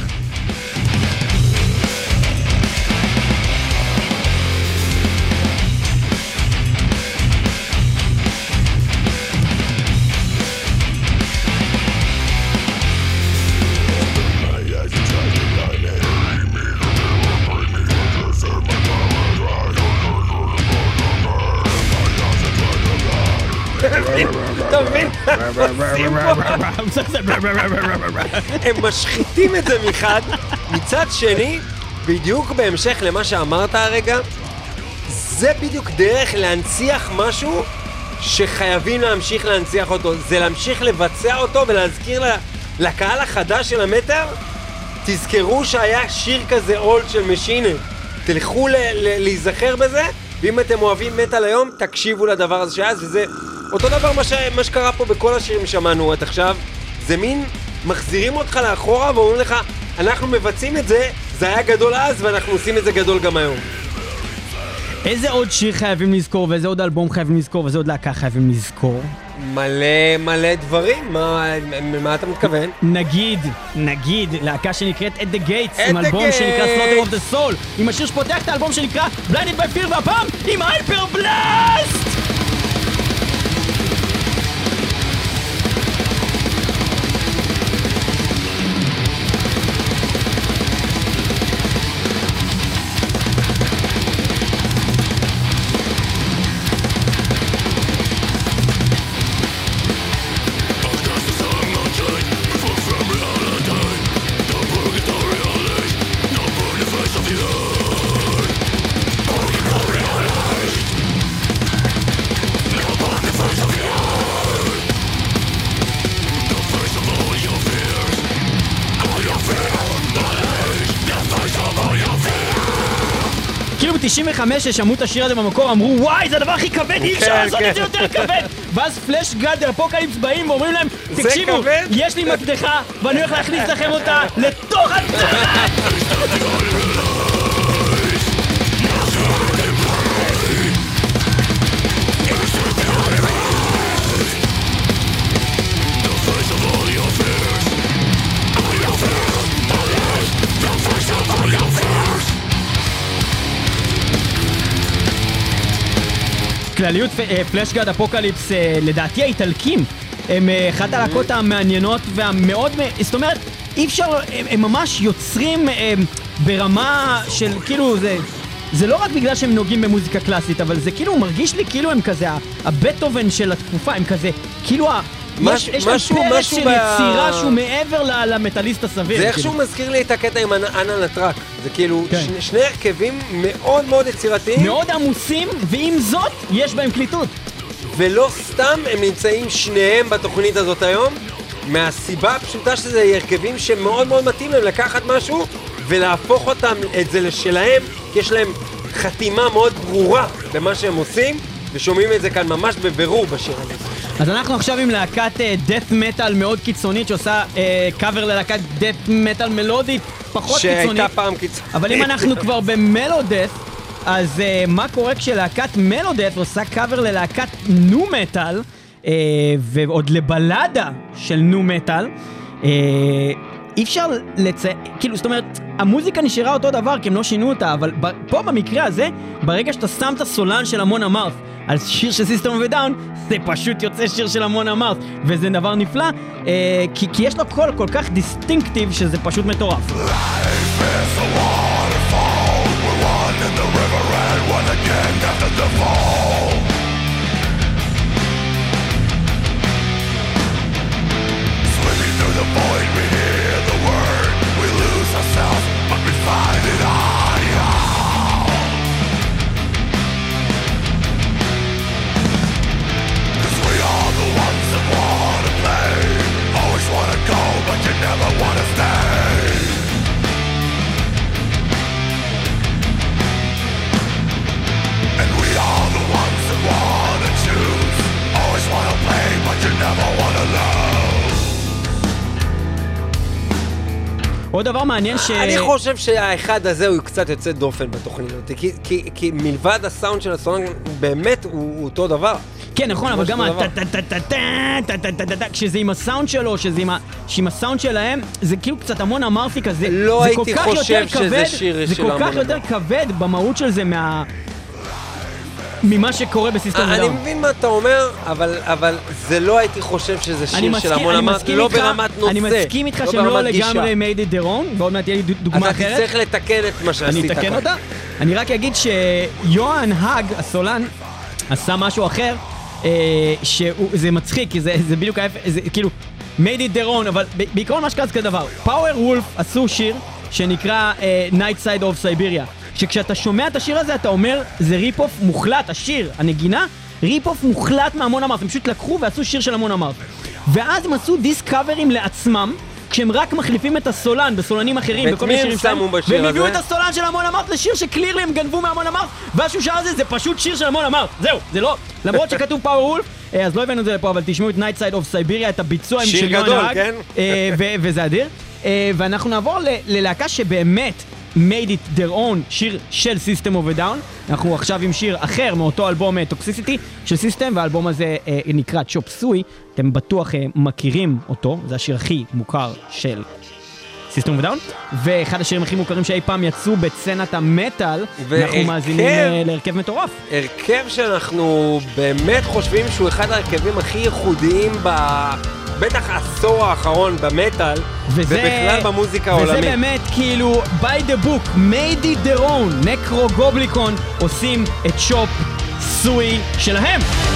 אתה מבין? הם משחיתים את זה מחד, מצד שני, בדיוק בהמשך למה שאמרת הרגע, זה בדיוק דרך להנציח משהו שחייבים להמשיך להנציח אותו, זה להמשיך לבצע אותו ולהזכיר לקהל החדש של המטר, תזכרו שהיה שיר כזה אולד של משינט, תלכו להיזכר בזה, ואם אתם אוהבים מטל היום, תקשיבו לדבר הזה שהיה, וזה אותו דבר מה שקרה פה בכל השירים שמענו עד עכשיו, זה מין מחזירים אותך לאחורה ואומרים לך, אנחנו מבצעים את זה, זה היה גדול אז ואנחנו עושים את זה גדול גם היום. איזה עוד שיר חייבים לזכור, ואיזה עוד אלבום חייבים לזכור, ואיזה עוד להקה חייבים לזכור? מלא דברים, מה אתה מתכוון? נגיד, להקה שנקראת At the Gates, עם אלבום שנקרא Slaughter of the Soul, עם השיר שפותח את האלבום שנקרא Blinded by Fear, והפעם עם Hyper Blast! ב-95 ששמעו את השיר הזה במקור אמרו וואי זה הדבר הכי כבד, אי אפשר לעשות את זה יותר כבד, ואז פלאש גאד אפוקליפס באים ואומרים להם תקשיבו, יש לי מקדחה ואני הולך להכניס לכם אותה לתוך כלליות פלאש גאד אפוקליפס, לדעתי האיטלקים הם אחת הלהקות המעניינות והמאוד, זאת אומרת אי אפשר, הם ממש יוצרים ברמה של כאילו זה לא רק בגלל שהם נוגעים במוזיקה קלאסית, אבל זה כאילו מרגיש לי כאילו הם כזה הבטהובן של התקופה, הם כזה כאילו יש להם פרק של יצירה שהוא מעבר למטליסט הסביר. זה איכשהו מזכיר לי את הקטע עם אנה לטרק, זה כאילו שני הרכבים מאוד מאוד יצירתיים, מאוד עמוסים, ועם זאת יש בהם קליטות, ולא סתם הם נמצאים שניהם בתוכנית הזאת היום, מהסיבה הפשוטה שזה הרכבים שמאוד מאוד מתאים להם לקחת משהו ולהפוך אותם את זה לשלהם, כי יש להם חתימה מאוד ברורה במה שהם עושים, ושומעים את זה כאן ממש בבירור בשיר הזה. אז אנחנו עכשיו עם להקת דאט מטל מאוד קיצונית שעושה קאבר ללהקת דאט מטל מלודית פחות קיצונית, שהייתה פעם קיצונית. אבל אם אנחנו כבר במלודית, אז מה קורה כשלהקת מלודית עושה קאבר ללהקת נו מטל, ועוד לבלדה של נו מטל, אי אפשר כאילו, זאת אומרת, המוזיקה נשארה אותו דבר כי הם לא שינו אותה, אבל פה במקרה הזה, ברגע שאתה שם את הסולן של המון אמרת על שיר של סיסטם אוף דאון, זה פשוט יוצא שיר של המון אמרת, וזה דבר נפלא, כי יש לו קול כל כך דיסטינקטיב שזה פשוט מטורף. Swimming through the void we hear the word, we lose ourselves עוד דבר מעניין אני חושב שהאחד הזה הוא קצת יוצא דופן בתוכנית, כי מלבד הסאונד של הסולן, באמת הוא אותו דבר. כן, נכון, אבל גם כשזה עם הסאונד שלו, שעם הסאונד שלהם, זה כאילו קצת המון אמרפי כזה. לא הייתי חושב שזה שיר של המון. זה כל כך יותר כבד במהות של זה ממה שקורה בסיסטם ודאון. אני מבין מה אתה אומר, אבל זה לא הייתי חושב שזה שיר של המון אמרת, לא ברמת נושא. אני מסכים איתך שהם לא לגמרי made it their own, ועוד מעט תהיה לי דוגמה אחרת. אתה תצטרך לתקן את מה שעשית. אני אתקן אותה. אני רק אגיד שיוהאן האג, הסולן, עשה משהו אחר, שזה מצחיק, כי זה בדיוק זה כאילו made it their own, אבל בעיקרון מה שקרה זה כדבר. פאוור וולף עשו שיר שנקרא Night Side of Siberia. שכשאתה שומע את השיר הזה, אתה אומר, זה ריפ-אוף מוחלט, השיר, הנגינה, ריפ-אוף מוחלט מהמון אמרת. הם פשוט לקחו ועשו שיר של המון אמרת. ואז הם עשו דיסק קאברים לעצמם, כשהם רק מחליפים את הסולן בסולנים אחרים, בכל מיני שירים שלהם, והם הביאו את הסולן של המון אמרת לשיר שקלירלי הם גנבו מהמון אמרת, והשהו שר הזה זה פשוט שיר של המון אמרת. זהו, זה לא, למרות שכתוב פאוור וולף, אז לא הבאנו את זה לפה, אבל תשמעו את Night Side of Siberia, את הביצוע של יוהאן האג, וזה אדיר. ואנחנו נעבור ללהקה שבאמת made it their own, שיר של System of a Down. אנחנו עכשיו עם שיר אחר מאותו אלבום Toxicity של System, והאלבום הזה נקרא Chop Suey. אתם בטוח מכירים אותו, זה השיר הכי מוכר של System of a Down, ואחד השירים הכי מוכרים שאי פעם יצאו בצנת המטל. אנחנו מאזינים להרכב מטורף, הרכב שאנחנו באמת חושבים שהוא אחד ההרכבים הכי ייחודיים בטח העשור האחרון במטל, ובכלל במוזיקה העולמית. וזה באמת כאילו, by the book, made it their own, נקרוגובליקון עושים את שופ סוי שלהם.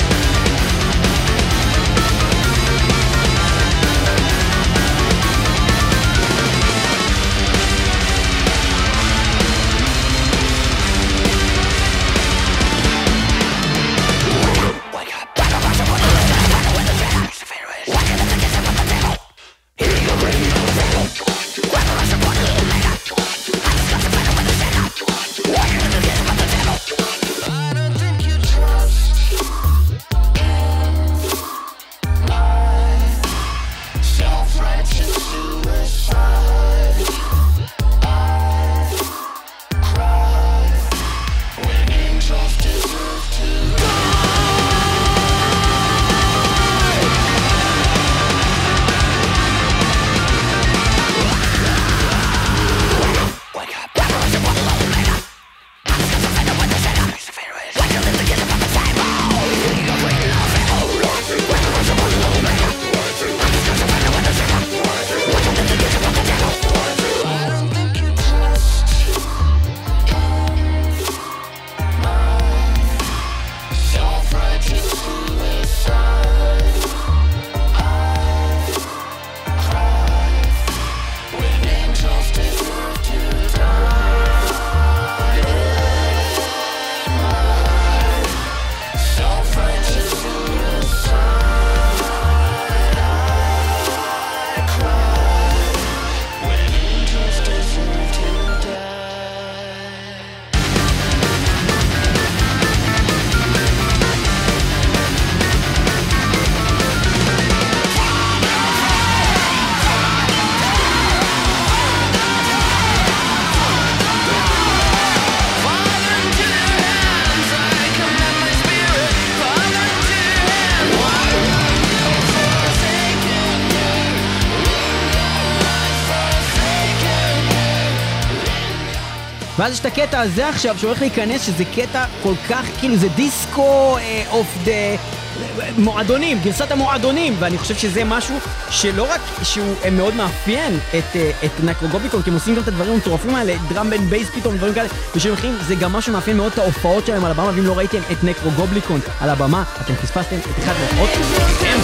ואז יש את הקטע הזה עכשיו שהולך להיכנס, שזה קטע כל כך, כאילו זה דיסקו אוף דה מועדונים, גרסת המועדונים, ואני חושב שזה משהו שלא רק שהוא מאוד מאפיין את נקרוגובליקון, כי הם עושים גם את הדברים המטורפים האלה, דראם בן בייס פתאום, דברים כאלה, ושמחים, זה גם משהו מאפיין מאוד את ההופעות שלהם על הבמה, ואם לא ראיתם את נקרוגובליקון על הבמה, אתם פספסתם את אחד מההופעות שלהם.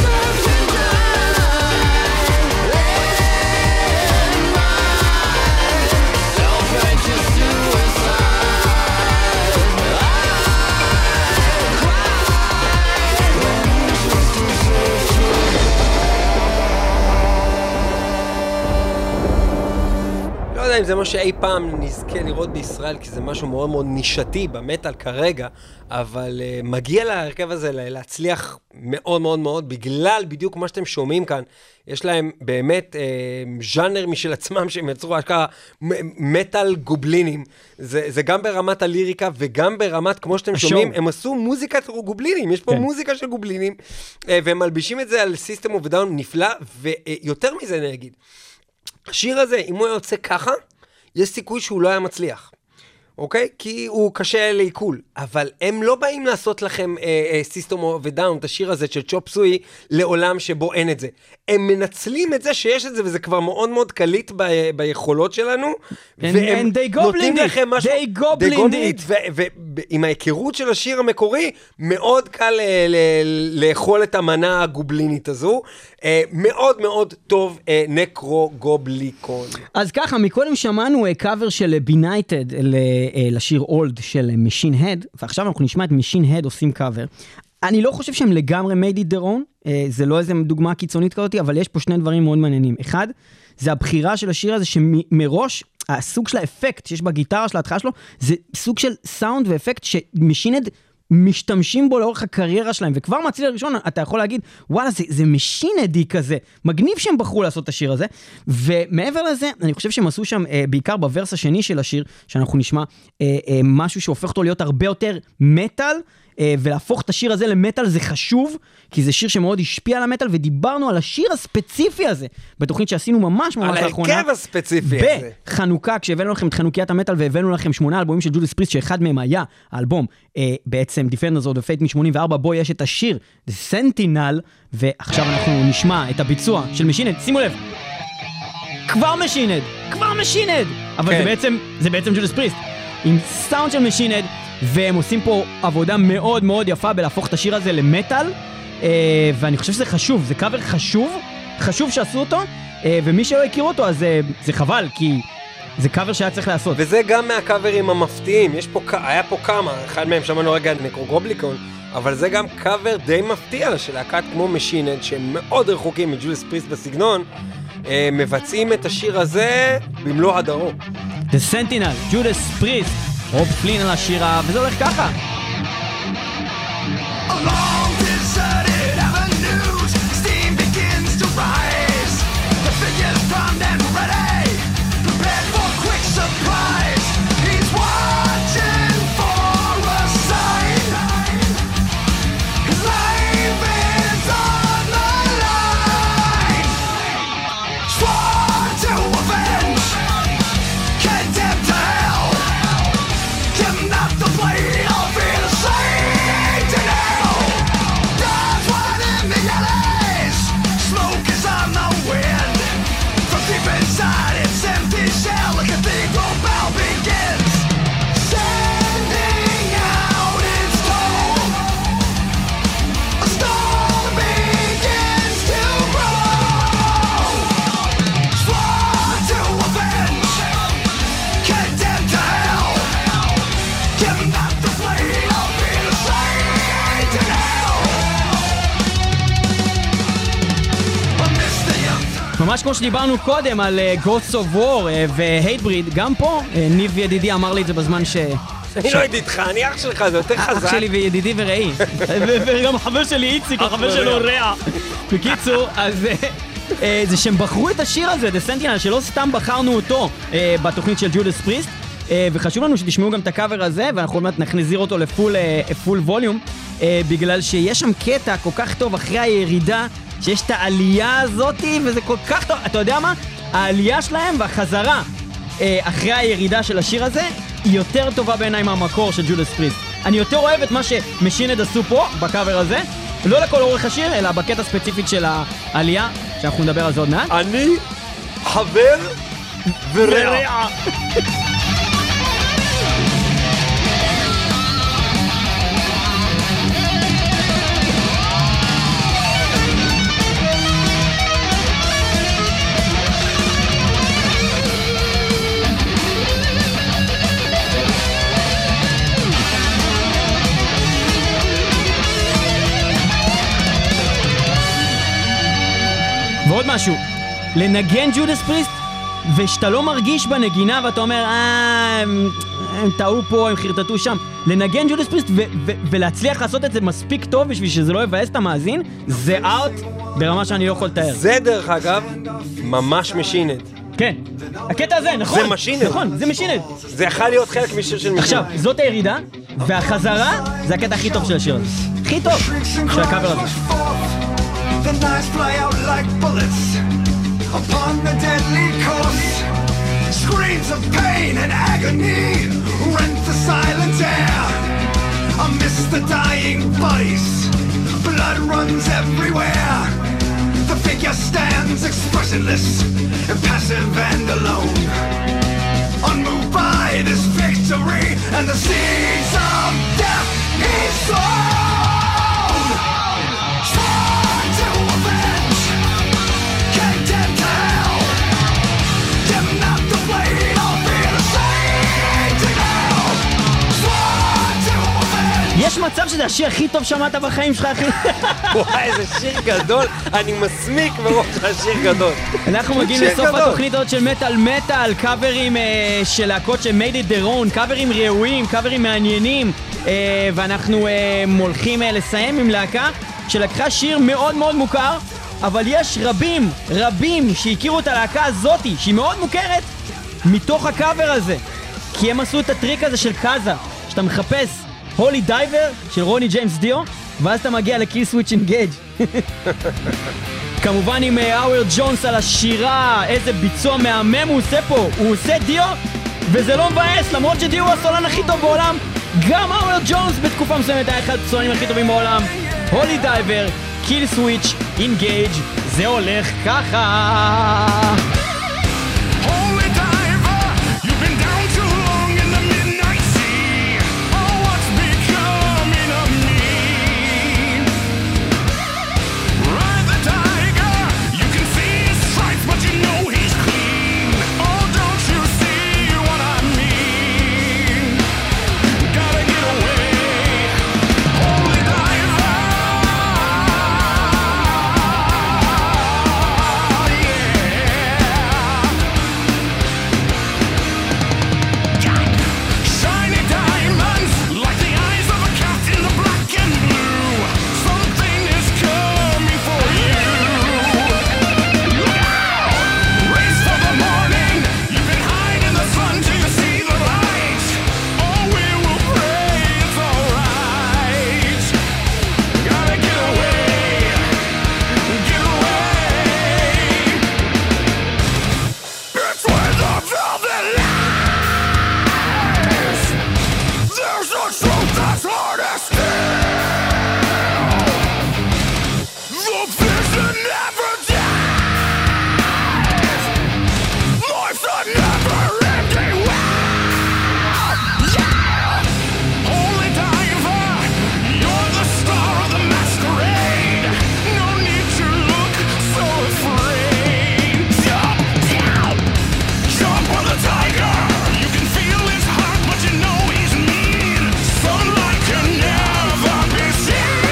יודע אם זה מה שאי פעם נזכה לראות בישראל, כי זה משהו מאוד מאוד נישתי במטל כרגע, אבל מגיע להרכב הזה להצליח מאוד מאוד מאוד, בגלל בדיוק מה שאתם שומעים כאן, יש להם באמת ז'אנר משל עצמם שהם יצרו השקעה מטל גובלינים, זה גם ברמת הליריקה וגם ברמת, כמו שאתם שומעים, הם עשו מוזיקת גובלינים, יש פה מוזיקה של גובלינים, והם מלבישים את זה על System of a Down נפלא, ויותר מזה נגיד, השיר הזה, אם הוא יוצא ככה, יש סיכוי שהוא לא היה מצליח. אוקיי? כי הוא קשה לעיכול. אבל הם לא באים לעשות לכם System of a Down, את השיר הזה של צ'ופ סוי, לעולם שבו אין את זה. הם מנצלים את זה שיש את זה, וזה כבר מאוד מאוד קליט ביכולות שלנו. והם נותנים לכם משהו. they goblined it. ועם ההיכרות של השיר המקורי, מאוד קל לאכול את המנה הגובלינית הזו. מאוד מאוד טוב, נקרו-גובליקון. אז ככה, מקודם שמענו קאבר של בינייטד לשיר אולד של משין הד, ועכשיו אנחנו נשמע את משין הד עושים קאבר. אני לא חושב שהם לגמרי made it their own, זה לא איזה דוגמה קיצונית כזאת, אבל יש פה שני דברים מאוד מעניינים. אחד, זה הבחירה של השיר הזה שמראש, הסוג של האפקט שיש בגיטרה של ההתחלה שלו, זה סוג של סאונד ואפקט שמשין הד משתמשים בו לאורך הקריירה שלהם, וכבר מהצליל הראשון אתה יכול להגיד, וואלה, זה משינדי כזה, מגניב שהם בחרו לעשות את השיר הזה, ומעבר לזה, אני חושב שהם עשו שם, בעיקר בוורס השני של השיר, שאנחנו נשמע משהו שהופך אותו להיות הרבה יותר מטל, ולהפוך את השיר הזה למטל זה חשוב, כי זה שיר שמאוד השפיע על המטל, ודיברנו על השיר הספציפי הזה, בתוכנית שעשינו ממש לאחרונה. על ההרכב הספציפי הזה. בחנוכה, כשהבאנו לכם את חנוקיית המטל, והבאנו לכם 8 אלבומים של ג'ודס פריסט, שאחד מהם היה האלבום, בעצם Defenders of the Fate מ-84, בו יש את השיר The Sentinel, ועכשיו אנחנו נשמע את הביצוע של משינד, שימו לב, כבר משינד, אבל זה בעצם ג'ודס פריסט, עם סאונד של משינד, והם עושים פה עבודה מאוד מאוד יפה בלהפוך את השיר הזה למטל, ואני חושב שזה חשוב, זה קאבר חשוב שעשו אותו, ומי שלא הכיר אותו אז זה חבל, כי זה קאבר שהיה צריך לעשות. וזה גם מהקאברים המפתיעים, היה פה כמה, אחד מהם שמענו רגע נקרו-גובליקון, אבל זה גם קאבר די מפתיע של להקת כמו משינד, שהם מאוד רחוקים מג'ודס פריסט בסגנון, מבצעים את השיר הזה במלוא הדרו. The Sentinel, ג'ודס פריסט, רוב פלין על השירה, וזה הולך ככה. Along deserted avenues, steam begins to rise. The figure's primed and ready, prepared for quick surprise. He's watching for a sign. His life is on the line. Sworn to avenge, condemned to hell. Give not the blade of innocent in hell. Does what in the alleys. Smoke is on the wind. From deep inside its empty shell, a cathedral bell begins. Sending out its toll. A storm begins to grow. Sworn to avenge, condemned to hell. Give not the blade of innocent in hell. Amidst the young ממש כמו שדיברנו קודם על Ghosts of War והייטבריד, גם פה ניב ידידי אמר לי את זה בזמן אני לא ידידך, אני אח שלך, זה יותר חזק. אח שלי וידידי ורעי, וגם החבר שלי איציק, החבר שלו רע. בקיצור, אז זה שהם בחרו את השיר הזה, The Sentinel, שלא סתם בחרנו אותו בתוכנית של ג'ודס פריסט, וחשוב לנו שתשמעו גם את הקאבר הזה, ואנחנו עוד מעט נחזיר אותו לפול ווליום, בגלל שיש שם קטע כל כך טוב אחרי הירידה, שיש את העלייה הזאת, וזה כל כך טוב, אתה יודע מה? העלייה שלהם והחזרה אחרי הירידה של השיר הזה, היא יותר טובה בעיניי מהמקור של ג'ודס פריסט. אני יותר אוהב את מה שמשינד עשו פה, בקאבר הזה, לא לכל אורך השיר, אלא בקטע ספציפית של העלייה, שאנחנו נדבר על זה עוד מעט. אני חבר ורע. ועוד משהו, לנגן ג'ודס פריסט ושאתה לא מרגיש בנגינה ואתה אומר, הם טעו פה, הם חרטטו שם. לנגן ג'ודס פריסט ולהצליח לעשות את זה מספיק טוב בשביל שזה לא יבאס את המאזין, זה ארט ברמה שאני לא יכול לתאר. זה דרך אגב, ממש משינד. כן, הקטע הזה, נכון. זה משינד. נכון, זה משינד. זה יכול להיות חלק משיר של משינד. עכשיו, זאת הירידה, והחזרה זה הקטע הכי טוב של השיר הזה. הכי טוב של הקאבר הזה. The knives fly out like bullets upon the deadly course. Screams of pain and agony rent the silent air. Amidst the dying bodies, blood runs everywhere. The figure stands expressionless, impassive and alone, unmoved by this victory and the seeds of death he's sown. Sworn to avenge, condemned to hell, dim not the blade of fear, sainted hell. Sworn to avenge. יש מצב שזה השיר הכי טוב שמעת בחיים שלך, אחי? וואי, איזה שיר גדול, אני מסמיק מראש שהשיר גדול. אנחנו מגיעים לסוף התוכנית הזאת של מטל מטל, קאברים של להקות ש-made it their own, קאברים ראויים, קאברים מעניינים, ואנחנו הולכים לסיים עם להקה שלקחה שיר מאוד מאוד מוכר, אבל יש רבים שהכירו את הלהקה הזאתי, שהיא מאוד מוכרת, מתוך הקאבר הזה. כי הם עשו את הטריק הזה של קאזה, שאתה מחפש הולי דייבר של רוני ג'יימס דיו, ואז אתה מגיע לקיל סוויץ' אינגייג'. כמובן עם האוורד ג'ונס על השירה, איזה ביצוע מהמם הוא עושה פה, הוא עושה דיו, וזה לא מבאס, למרות שדיו הוא הסולן הכי טוב בעולם, גם האוורד ג'ונס בתקופה מסוימת היה אחד הסולנים הכי טובים בעולם. הולי דייבר, קיל סוויץ' אינגייג', זה הולך ככה. Holy diver, you've been down too long in the midnight sea. Oh, what's becoming of me? Ride the tiger, you can see his stripes, but you know he's clean. Oh, don't you see what I mean? Gotta get away, holy diver. Shiny diamonds, like the eyes of a cat in the black and blue. Something is coming for you. Look out! Race for the morning. You can hide in the sun till you see the light. Oh, we will pray it's alright. Gotta get away. Get away. It's when the velvet lies. There's a truth that's hard to steal. The vision never dies. Life's a never-ending well. Yeah! Holy diver, you're the star of the masquerade. No need to look so afraid. Jump down, jump on the tiger. You can feel his heart, but you know he's mean. Sunlight can never be seen.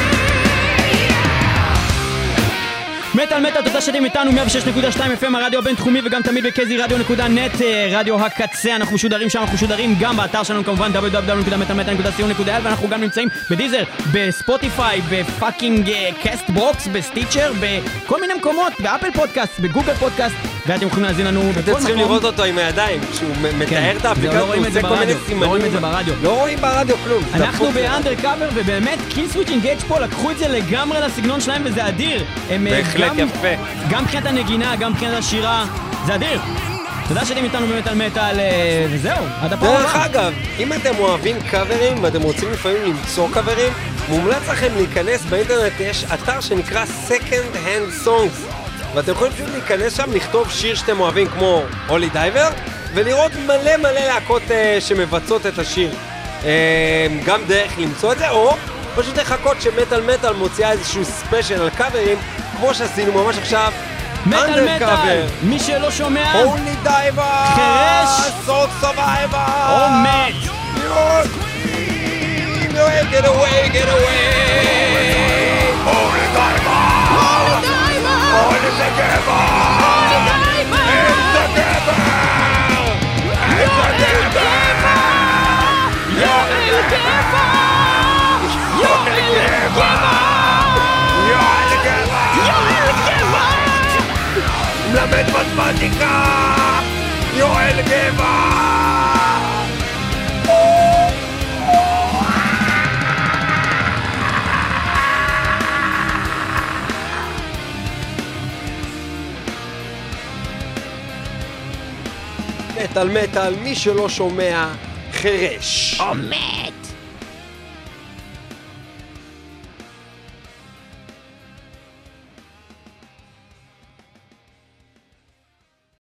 מטל מטל, תודה שאתם איתנו, 106.2 FM הרדיו הבינתחומי וגם תמיד בקזי רדיו.נט, רדיו הקצה. אנחנו משודרים שם, אנחנו משודרים גם באתר שלנו כמובן www.metalmetal.co.il, ואנחנו גם נמצאים בדיזר, בספוטיפיי, בפאקינג קאסט בוקס, בסטיצ'ר, בכל מיני מקומות, באפל פודקאסט, בגוגל פודקאסט, ואתם יכולים להזין לנו בכל אתם מקום. צריכים לראות אותו עם הידיים, כשהוא מתאר את האפליקציה, לא רואים את זה ברדיו, לא רואים את זה ברדיו. לא רואים ברדיו כלום. אנחנו באנדר קאבר, ובאמת קיל סוויץ' אינגייג' פה לקחו את זה לגמרי לסגנון שלהם, וזה אדיר. הם בהחלט גם- יפה. גם מבחינת הנגינה, גם מבחינת השירה, זה אדיר. תודה שאתם איתנו במטל מטל, וזהו, עד הפעם דרך הבאה. אגב, אם אתם אוהבים קאברים ואתם רוצים לפעמים למצוא קאברים, מומלץ לכם להיכנס באינטרנט, יש אתר שנקרא Second Hand Songs, ואתם יכולים פשוט להיכנס שם, לכתוב שיר שאתם אוהבים כמו הולי דייבר, ולראות מלא מלא להקות שמבצעות את השיר. גם דרך למצוא את זה, או פשוט לחכות שמטל מטל מוציאה איזשהו ספיישל על קאברים, כמו שעשינו ממש עכשיו, מטל מטל, מי שלא שומע, הולי דייבר, חירש, סוד סורווייבר, או מת. Get away, get away! Holy diver! Holy diver! Holy diver! Holy diver! סליחה, יואל גבע! מטל, מי שלא שומע, חרש. או מת.